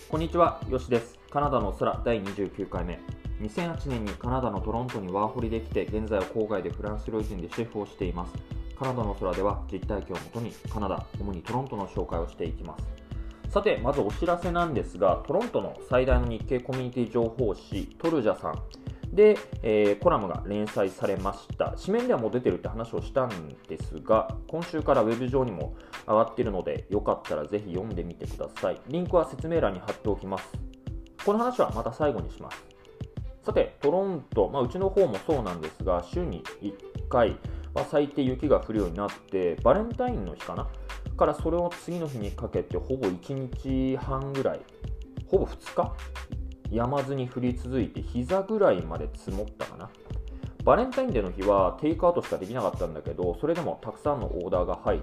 こんにちは、よしです。カナダの空第29回目。2008年にカナダのトロントにワーホリで来て、現在は郊外でフランス料理店でシェフをしています。カナダの空では実体験をもとにカナダ、主にトロントの紹介をしていきます。さて、まずお知らせなんですが、トロントの最大の日系コミュニティ情報誌トルジャさんで、コラムが連載されました。紙面ではもう出てるって話をしたんですが、今週からウェブ上にも上がっているので、よかったらぜひ読んでみてください。リンクは説明欄に貼っておきます。この話はまた最後にします。さて、トロント、うちの方もそうなんですが、週に1回は最低雪が降るようになって、バレンタインの日かなからそれを次の日にかけてほぼ1日半ぐらい、ほぼ2日止まずに降り続いて膝ぐらいまで積もったかな。バレンタインデーの日はテイクアウトしかできなかったんだけど、それでもたくさんのオーダーが入って、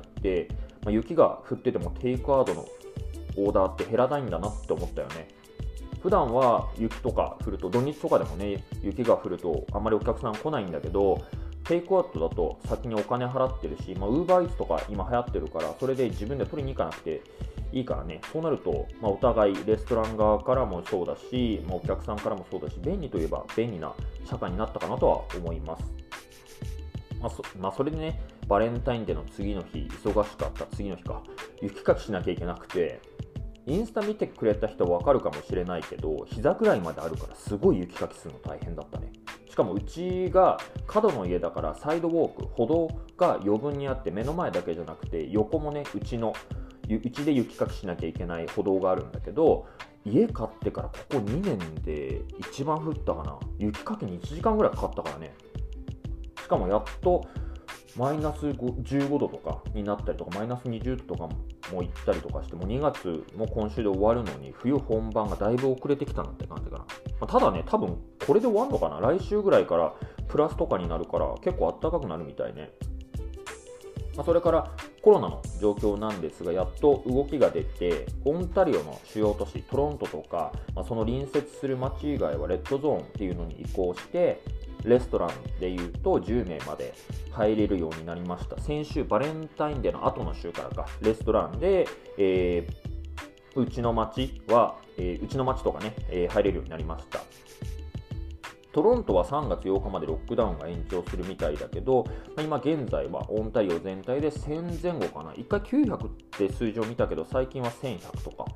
雪が降っててもテイクアウトのオーダーって減らないんだなって思ったよね。普段は雪とか降ると、土日とかでもね、雪が降るとあんまりお客さん来ないんだけど、テイクアウトだと先にお金払ってるし、Uber Eats とか今流行ってるから、それで自分で取りに行かなくていいからね。そうなると、お互いレストラン側からもそうだし、お客さんからもそうだし、便利といえば便利な社会になったかなとは思います。それでね、バレンタインデーの次の日、忙しかった次の日か、雪かきしなきゃいけなくて、インスタ見てくれた人は分かるかもしれないけど、膝くらいまであるからすごい雪かきするの大変だったね。しかもうちが角の家だから、サイドウォーク、歩道が余分にあって、目の前だけじゃなくて横もね、うちで雪かきしなきゃいけない歩道があるんだけど、家買ってからここ2年で一番降ったかな。雪かきに1時間ぐらいかかったからね。しかもやっとマイナス15度とかになったりとか、マイナス20度とかも行ったりとかして、もう2月も今週で終わるのに、冬本番がだいぶ遅れてきたなって感じかな。ただね、多分これで終わるのかな。来週ぐらいからプラスとかになるから結構暖かくなるみたいね。それからコロナの状況なんですが、やっと動きが出て、オンタリオの主要都市トロントとか、その隣接する街以外はレッドゾーンっていうのに移行して、レストランでいうと10名まで入れるようになりました。先週バレンタインデーの後の週からか、レストランで、うちの町とかね、入れるようになりました。トロントは3月8日までロックダウンが延長するみたいだけど、今現在はオンタリオ全体で1000前後かな。1回900って数字を見たけど、最近は1100とか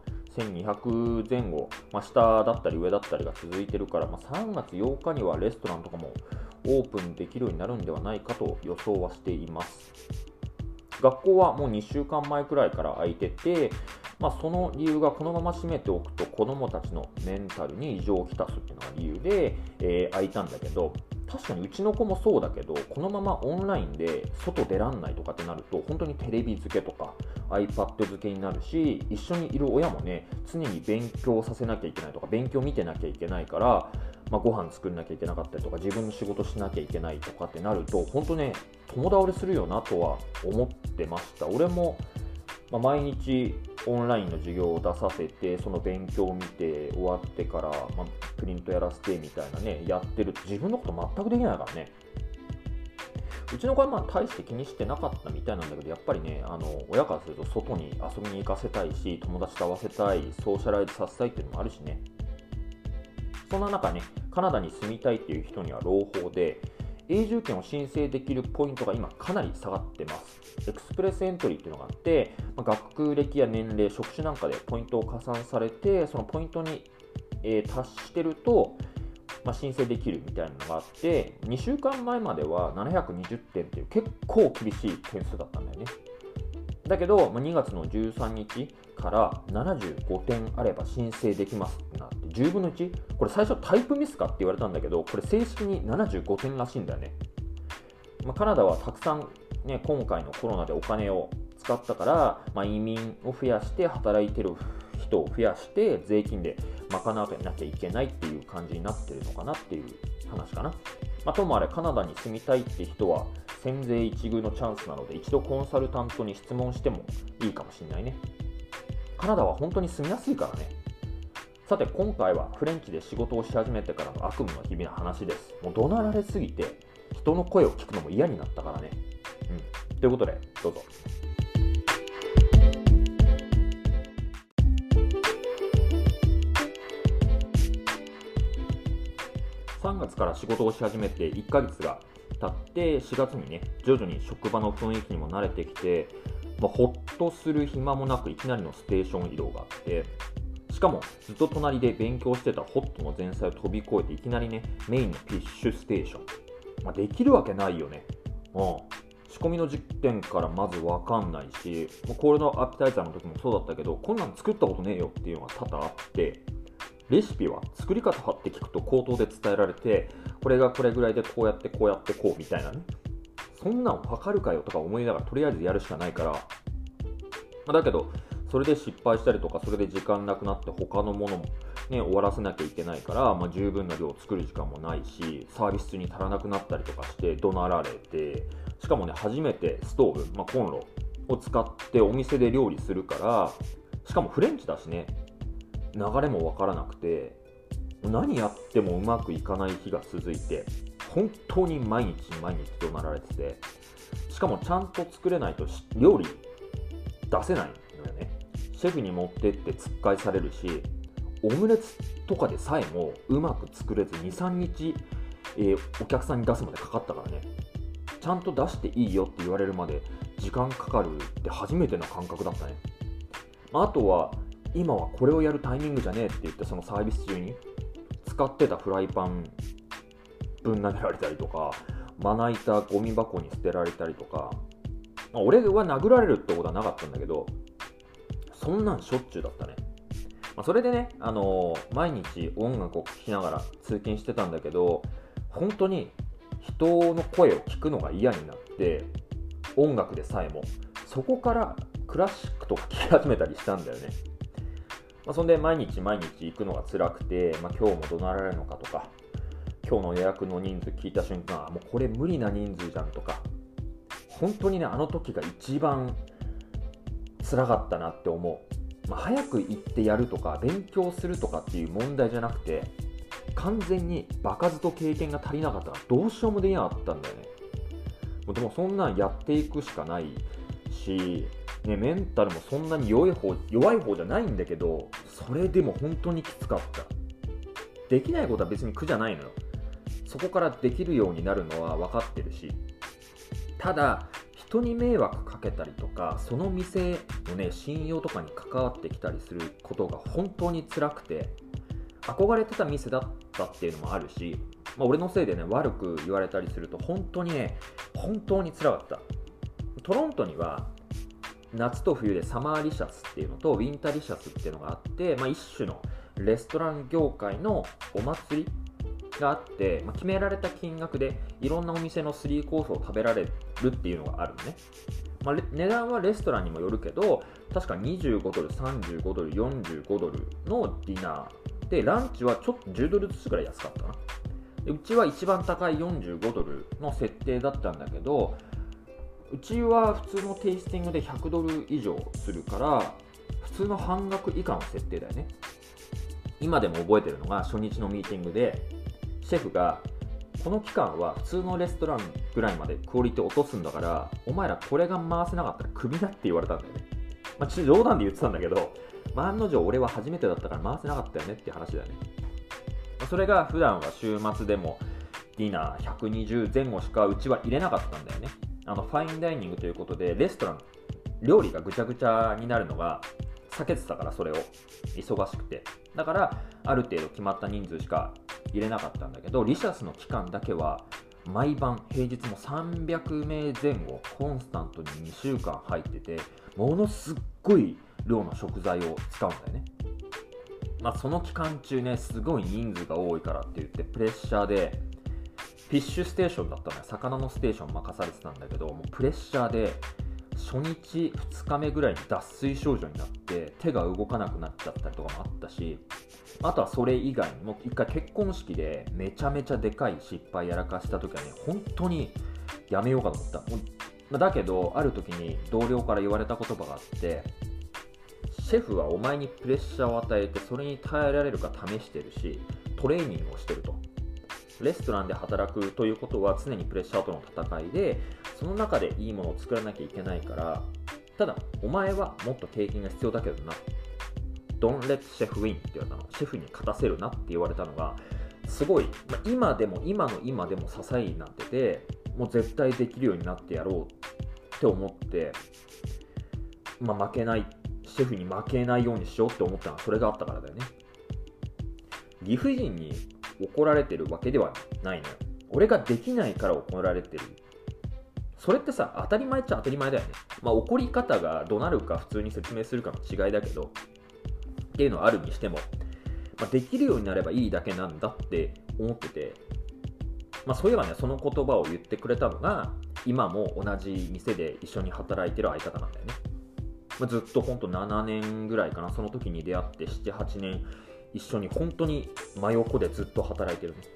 1200前後、下だったり上だったりが続いてるから、3月8日にはレストランとかもオープンできるようになるんではないかと予想はしています。学校はもう2週間前くらいから空いてて、その理由が、このまま閉めておくと子どもたちのメンタルに異常をきたすっていうのが理由で、空いたんだけど、確かにうちの子もそうだけど、このままオンラインで外出らんないとかってなると、本当にテレビ付けとか iPad 付けになるし、一緒にいる親もね、常に勉強させなきゃいけないとか、勉強見てなきゃいけないから、ご飯作んなきゃいけなかったりとか、自分の仕事しなきゃいけないとかってなると、本当ね、共倒れするよなとは思ってました。俺も毎日オンラインの授業を出させて、その勉強を見て終わってから、プリントやらせてみたいなね、やってると自分のこと全くできないからね。うちの子は大して気にしてなかったみたいなんだけど、やっぱりね、親からすると外に遊びに行かせたいし、友達と会わせたい、ソーシャライズさせたいっていうのもあるしね。そんな中ね、カナダに住みたいっていう人には朗報で、永住権を申請できるポイントが今かなり下がってます。エクスプレスエントリーっていうのがあって、学歴や年齢、職種なんかでポイントを加算されて、そのポイントに、達してると、申請できるみたいなのがあって、2週間前までは720点っていう結構厳しい点数だったんだよね。だけど、2月の13日から75点あれば申請できますってなって、10分の1、これ最初タイプミスかって言われたんだけど、これ正式に75点らしいんだよね。カナダはたくさん、ね、今回のコロナでお金を使ったから、移民を増やして働いてる人を増やして税金で賄わなきゃいけないっていう感じになってるのかなっていう話かな。ともあれカナダに住みたいって人は先税一遇のチャンスなので、一度コンサルタントに質問してもいいかもしれないね。カナダは本当に住みやすいからね。さて今回はフレンチで仕事をし始めてからの悪夢の日々の話です。もう怒鳴られすぎて人の声を聞くのも嫌になったからね。ということでどうぞ。 月から仕事をし始めて1ヶ月が経って4月にね徐々に職場の雰囲気にも慣れてきて、ほっとする暇もなくいきなりのステーション移動があって、しかもずっと隣で勉強してたホットの前菜を飛び越えていきなりねメインのフィッシュステーション、できるわけないよね。仕込みの時点からまず分かんないし、これのアピタイザーの時もそうだったけど、こんなん作ったことねえよっていうのが多々あって、レシピは作り方って聞くと口頭で伝えられて、これがこれぐらいでこうやってこうやってこうみたいなね、そんなん分かるかよとか思いながらとりあえずやるしかないから、だけどそれで失敗したりとか、それで時間なくなって他のものもね終わらせなきゃいけないから、十分な量作る時間もないし、サービスに足らなくなったりとかして怒鳴られて、しかもね初めてストーブ、コンロを使ってお店で料理するから、しかもフレンチだしね、流れも分からなくて、何やってもうまくいかない日が続いて、本当に毎日怒鳴られてて、しかもちゃんと作れないと料理出せないのよね。シェフに持ってってつっかえされるし、オムレツとかでさえもうまく作れず 2,3 日、お客さんに出すまでかかったからね。ちゃんと出していいよって言われるまで時間かかるって初めての感覚だったね。あとは今はこれをやるタイミングじゃねえって言って、そのサービス中に使ってたフライパンぶん投げられたりとか、まな板ゴミ箱に捨てられたりとか、俺は殴られるってことはなかったんだけど、そんなんしょっちゅうだったね。それでね、毎日音楽を聴きながら通勤してたんだけど、本当に人の声を聞くのが嫌になって、音楽でさえもそこからクラシックとか聴き始めたりしたんだよね。そんで毎日行くのが辛くて、今日も怒鳴られるのかとか、今日の予約の人数聞いた瞬間、もうこれ無理な人数じゃんとか、本当にねあの時が一番辛かったなって思う。早く行ってやるとか勉強するとかっていう問題じゃなくて、完全に場数と経験が足りなかったからどうしようもできなかったんだよね。でもそんなんやっていくしかないし、メンタルもそんなに弱い方じゃないんだけど、それでも本当にきつかった。できないことは別に苦じゃないのよ。そこからできるようになるのは分かってるし、ただ人に迷惑かけたりとか、その店のね信用とかに関わってきたりすることが本当に辛くて、憧れてた店だったっていうのもあるし、俺のせいでね悪く言われたりすると本当に辛かった。トロントには夏と冬でサマーリシャスっていうのとウィンターリシャスっていうのがあって、一種のレストラン業界のお祭りがあって、決められた金額でいろんなお店の3コースを食べられるっていうのがあるのね。値段はレストランにもよるけど、確か25ドル、35ドル、45ドルのディナーで、ランチはちょっと10ドルずつぐらい安かったかな。でうちは一番高い45ドルの設定だったんだけど、うちは普通のテイスティングで100ドル以上するから、普通の半額以下の設定だよね。今でも覚えてるのが、初日のミーティングでシェフが、この期間は普通のレストランぐらいまでクオリティ落とすんだから、お前らこれが回せなかったらクビだって言われたんだよね。冗談で言ってたんだけど、案の定俺は初めてだったから回せなかったよねって話だよね。それが普段は週末でもディナー120前後しかうちは入れなかったんだよね。ファインダイニングということで、レストラン料理がぐちゃぐちゃになるのが避けてたから、それを忙しくて、だからある程度決まった人数しか入れなかったんだけど、リシャスの期間だけは毎晩平日も300名前後コンスタントに2週間入ってて、ものすっごい量の食材を使うんだよね。その期間中ね、すごい人数が多いからって言ってプレッシャーで、フィッシュステーションだったのよ。魚のステーション任されてたんだけど、もうプレッシャーで初日2日目ぐらいに脱水症状になって手が動かなくなっちゃったりとかもあったし、あとはそれ以外にも一回結婚式でめちゃめちゃでかい失敗やらかした時はね、本当にやめようかと思った。だけどある時に同僚から言われた言葉があって、シェフはお前にプレッシャーを与えてそれに耐えられるか試してるし、トレーニングをしてると。レストランで働くということは常にプレッシャーとの戦いで、その中でいいものを作らなきゃいけないから、ただお前はもっと経験が必要だけどな、Don't let chef win って言われたの。シェフに勝たせるなって言われたのがすごい、今の今でも支えになってて、もう絶対できるようになってやろうって思って、負けない、シェフに負けないようにしようって思ったのはそれがあったからだよね。理不尽に怒られてるわけではないのよ。俺ができないから怒られてる。それってさ、当たり前っちゃ当たり前だよね。怒り方がどなるか普通に説明するかの違いだけど、っていうのはあるにしても、できるようになればいいだけなんだって思ってて、そういえばね、その言葉を言ってくれたのが、今も同じ店で一緒に働いてる相方なんだよね。ずっとほんと7年ぐらいかな、その時に出会って7、8年一緒に本当に真横でずっと働いてるね。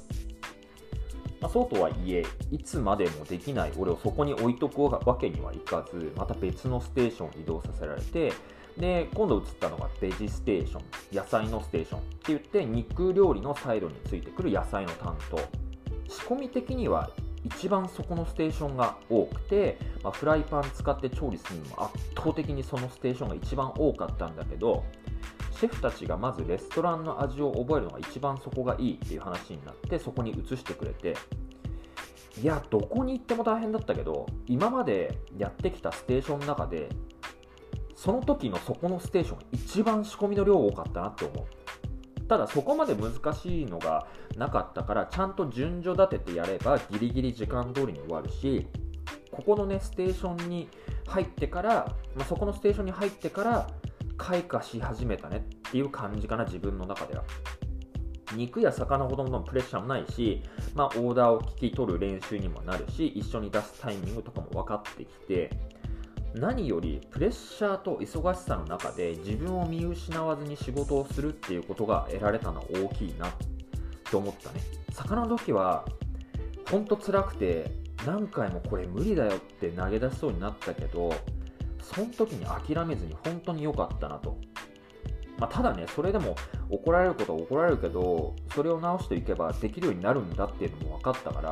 そうとはいえ、いつまでもできない俺をそこに置いとくわけにはいかず、また別のステーションに移動させられて、で今度移ったのがベジステーション、野菜のステーションって言って、肉料理のサイドについてくる野菜の担当。仕込み的には一番そこのステーションが多くて、フライパン使って調理するのも圧倒的にそのステーションが一番多かったんだけど、シェフたちがまずレストランの味を覚えるのが一番そこがいいっていう話になって、そこに移してくれて、いやどこに行っても大変だったけど、今までやってきたステーションの中でその時のそこのステーションが一番仕込みの量多かったなって思う。ただそこまで難しいのがなかったから、ちゃんと順序立ててやればギリギリ時間通りに終わるし、ここのねステーションに入ってから、そこのステーションに入ってから開花し始めたねっていう感じかな、自分の中では。肉や魚ほどのプレッシャーもないし、オーダーを聞き取る練習にもなるし、一緒に出すタイミングとかも分かってきて、何よりプレッシャーと忙しさの中で自分を見失わずに仕事をするっていうことが得られたのは大きいなと思ったね。魚の時はほんと辛くて、何回もこれ無理だよって投げ出しそうになったけど、その時に諦めずに本当に良かったなと。ただね、それでも怒られることは怒られるけど、それを直していけばできるようになるんだっていうのも分かったから、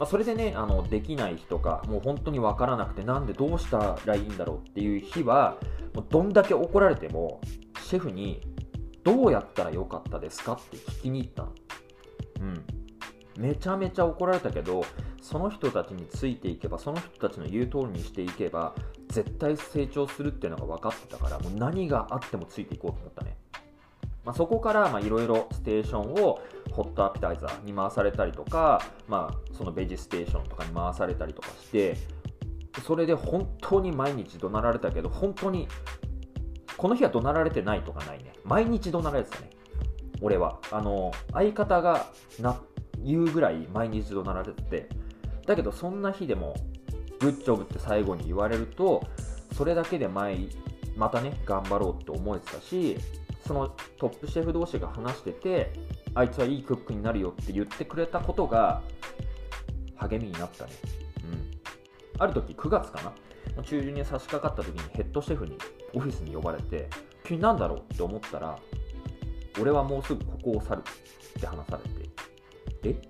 それでね、できない日とか、もう本当に分からなくて、なんでどうしたらいいんだろうっていう日は、もうどんだけ怒られても、シェフにどうやったらよかったですかって聞きに行ったの。めちゃめちゃ怒られたけど、その人たちについていけば、その人たちの言う通りにしていけば、絶対成長するっていうのが分かってたから、もう何があってもついていこうと思ったね。そこからいろいろステーションをホットアピタイザーに回されたりとか、そのベジステーションとかに回されたりとかして、それで本当に毎日怒鳴られたけど、本当にこの日は怒鳴られてないとかないね。毎日怒鳴られてたね。俺は相方が言うぐらい毎日怒鳴られてて、だけどそんな日でもグッジョブって最後に言われると、それだけでまたね頑張ろうって思えてたし、そのトップシェフ同士が話してて、あいつはいいクックになるよって言ってくれたことが励みになったね。ある時9月かな、中旬に差し掛かった時にヘッドシェフにオフィスに呼ばれて、急になんだろうって思ったら、俺はもうすぐここを去るって話されて、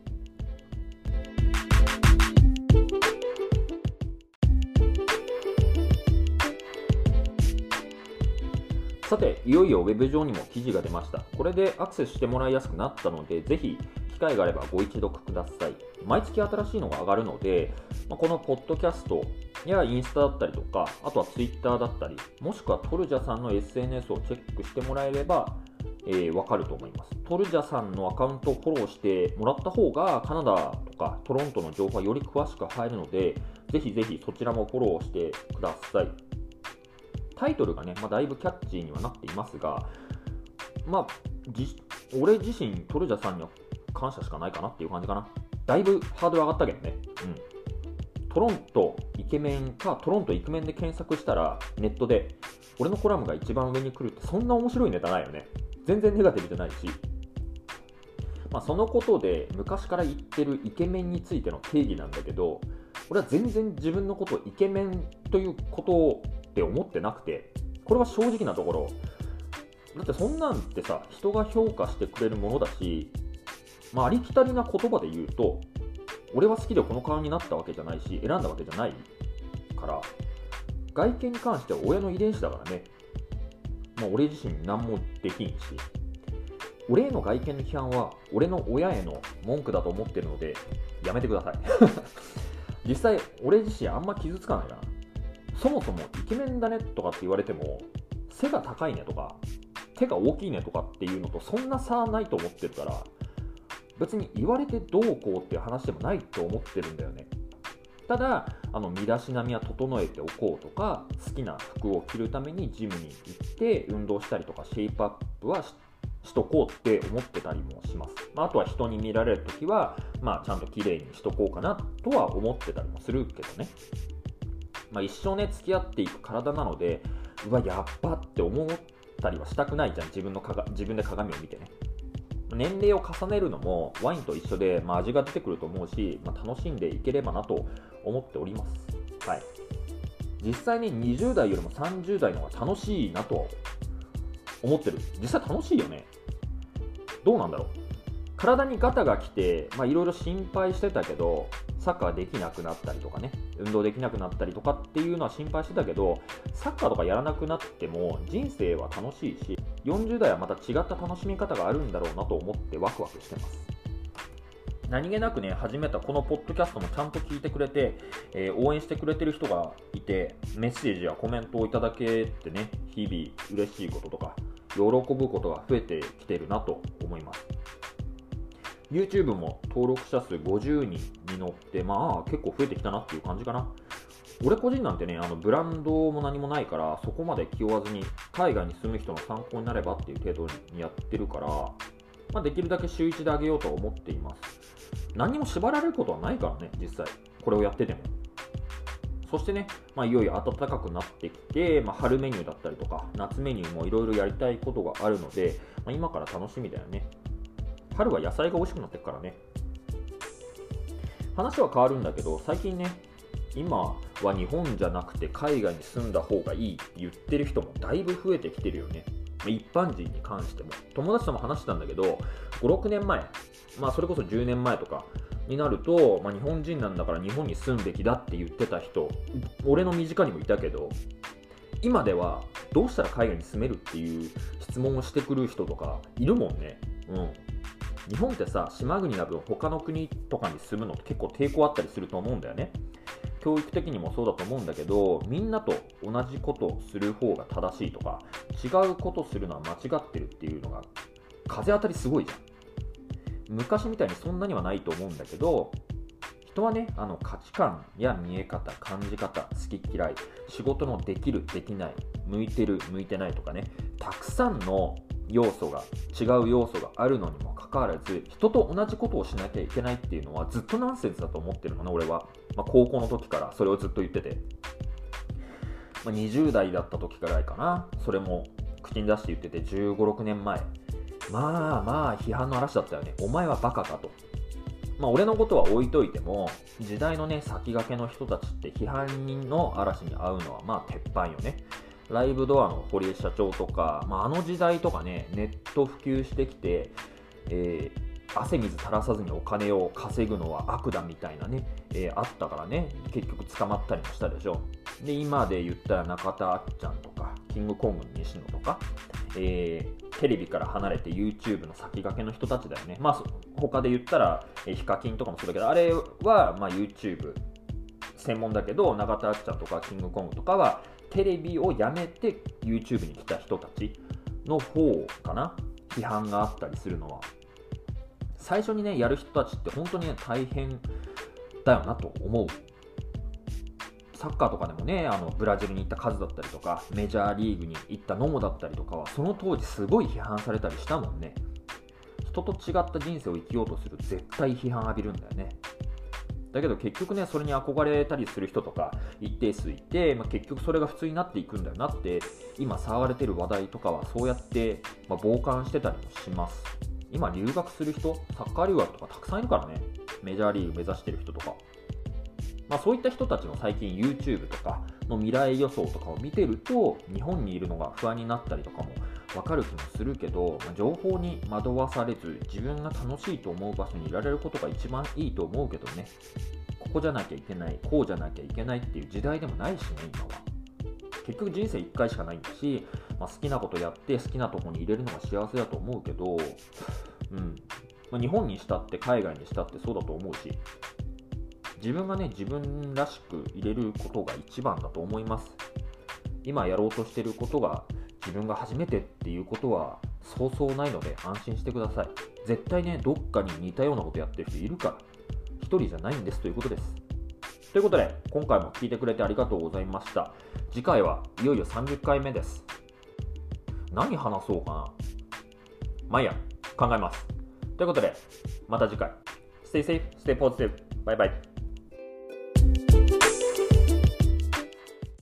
さて、いよいよウェブ上にも記事が出ました。これでアクセスしてもらいやすくなったので、ぜひ機会があればご一読ください。毎月新しいのが上がるので、このポッドキャストやインスタだったりとか、あとはツイッターだったり、もしくはトルジャさんの SNS をチェックしてもらえれば、わかると思います。トルジャさんのアカウントをフォローしてもらった方が、カナダとかトロントの情報がより詳しく入るので、ぜひぜひそちらもフォローしてください。タイトルがね、だいぶキャッチーにはなっていますが、俺自身トルジャさんには感謝しかないかなっていう感じかな。だいぶハードル上がったけどね。トロントイケメンかトロントイクメンで検索したら、ネットで俺のコラムが一番上に来るって、そんな面白いネタないよね。全然ネガティブじゃないし、そのことで昔から言ってるイケメンについての定義なんだけど、俺は全然自分のことをイケメンということって思ってなくて、これは正直なところ、だってそんなんってさ、人が評価してくれるものだし、ありきたりな言葉で言うと、俺は好きでこの顔になったわけじゃないし、選んだわけじゃないから、外見に関しては親の遺伝子だからね。俺自身何もできんし、 俺への外見の批判は俺の親への文句だと思ってるのでやめてください実際俺自身あんま傷つかないな。そもそもイケメンだねとかって言われても、背が高いねとか手が大きいねとかっていうのとそんな差はないと思ってるから、別に言われてどうこうっていう話でもないと思ってるんだよね。ただ身だしなみは整えておこうとか、好きな服を着るためにジムに行って運動したりとかシェイプアップはしとこうって思ってたりもします。あとは人に見られるときは、ちゃんと綺麗にしとこうかなとは思ってたりもするけどね。一生ね付き合っていく体なので、うわやっばって思ったりはしたくないじゃん。自分で鏡を見てね。年齢を重ねるのもワインと一緒で、味が出てくると思うし、楽しんでいければなと思っております。はい。実際に20代よりも30代の方が楽しいなと思ってる。実際楽しいよね。どうなんだろう。体にガタが来て、いろいろ心配してたけど、サッカーできなくなったりとかね、運動できなくなったりとかっていうのは心配してたけど、サッカーとかやらなくなっても人生は楽しいし、40代はまた違った楽しみ方があるんだろうなと思ってワクワクしてます。何気なくね、始めたこのポッドキャストもちゃんと聞いてくれて、応援してくれてる人がいて、メッセージやコメントをいただけてね、日々嬉しいこととか喜ぶことが増えてきてるなと思います。YouTube も登録者数50人に乗って、結構増えてきたなっていう感じかな。俺個人なんてね、ブランドも何もないから、そこまで気負わずに海外に住む人の参考になればっていう程度にやってるから、できるだけ週1であげようとは思っています。何にも縛られることはないからね、実際これをやってても。そしてね、いよいよ暖かくなってきて、春メニューだったりとか夏メニューもいろいろやりたいことがあるので、今から楽しみだよね。春は野菜が美味しくなってくからね。話は変わるんだけど、最近ね、今は日本じゃなくて海外に住んだ方がいいって言ってる人もだいぶ増えてきてるよね。一般人に関しても。友達とも話したんだけど、5、6年前、それこそ10年前とかになると、日本人なんだから日本に住むべきだって言ってた人、俺の身近にもいたけど、今ではどうしたら海外に住めるっていう質問をしてくる人とかいるもんね。日本ってさ、島国など他の国とかに住むのって結構抵抗あったりすると思うんだよね。教育的にもそうだと思うんだけど、みんなと同じことをする方が正しいとか、違うことするのは間違ってるっていうのが風当たりすごいじゃん。昔みたいにそんなにはないと思うんだけど、人はね、価値観や見え方、感じ方、好き嫌い、仕事のできる、できない、向いてる、向いてないとかね、たくさんの要素が、違う要素があるのにもかかわらず、人と同じことをしなきゃいけないっていうのはずっとナンセンスだと思ってるのね、俺は。高校の時からそれをずっと言ってて、20代だった時からいかな、それも口に出して言ってて、15、6年前。批判の嵐だったよね。お前はバカかと。俺のことは置いといても、時代のね、先駆けの人たちって批判の嵐に遭うのは鉄板よね。ライブドアの堀江社長とか、あの時代とかね、ネット普及してきて、汗水垂らさずにお金を稼ぐのは悪だみたいなね、あったからね、結局捕まったりもしたでしょ。で、今で言ったら中田あっちゃんとか、キングコング西野とか、テレビから離れて YouTube の先駆けの人たちだよね。他で言ったら、ヒカキンとかもそうだけど、あれはYouTube 専門だけど、永田あっちゃんとかキングコングとかはテレビをやめて YouTube に来た人たちの方かな、批判があったりするのは。最初にね、やる人たちって本当にね、大変だよなと思う。サッカーとかでもね、ブラジルに行った数だったりとか、メジャーリーグに行った野茂だったりとかは、その当時すごい批判されたりしたもんね。人と違った人生を生きようとすると絶対批判浴びるんだよね。だけど結局ね、それに憧れたりする人とか一定数いて、結局それが普通になっていくんだよなって、今騒がれてる話題とかはそうやって、傍観してたりもします。今留学する人、サッカー留学とかたくさんいるからね。メジャーリーグ目指してる人とか。そういった人たちの最近 YouTube とかの未来予想とかを見てると、日本にいるのが不安になったりとかも分かる気もするけど、情報に惑わされず自分が楽しいと思う場所にいられることが一番いいと思うけどね。ここじゃなきゃいけない、こうじゃなきゃいけないっていう時代でもないしね、今は。 結局人生1回しかないんだし、好きなことやって好きなところに入れるのが幸せだと思うけど、日本にしたって海外にしたってそうだと思うし、自分がね、自分らしく入れることが一番だと思います。今やろうとしていることが自分が初めてっていうことはそうそうないので安心してください。絶対ね、どっかに似たようなことやってる人いるから、一人じゃないんですということです。ということで、今回も聞いてくれてありがとうございました。次回はいよいよ30回目です。何話そうかな。まあいいや、考えます。ということで、また次回。Stay safe, stay positive. Bye bye.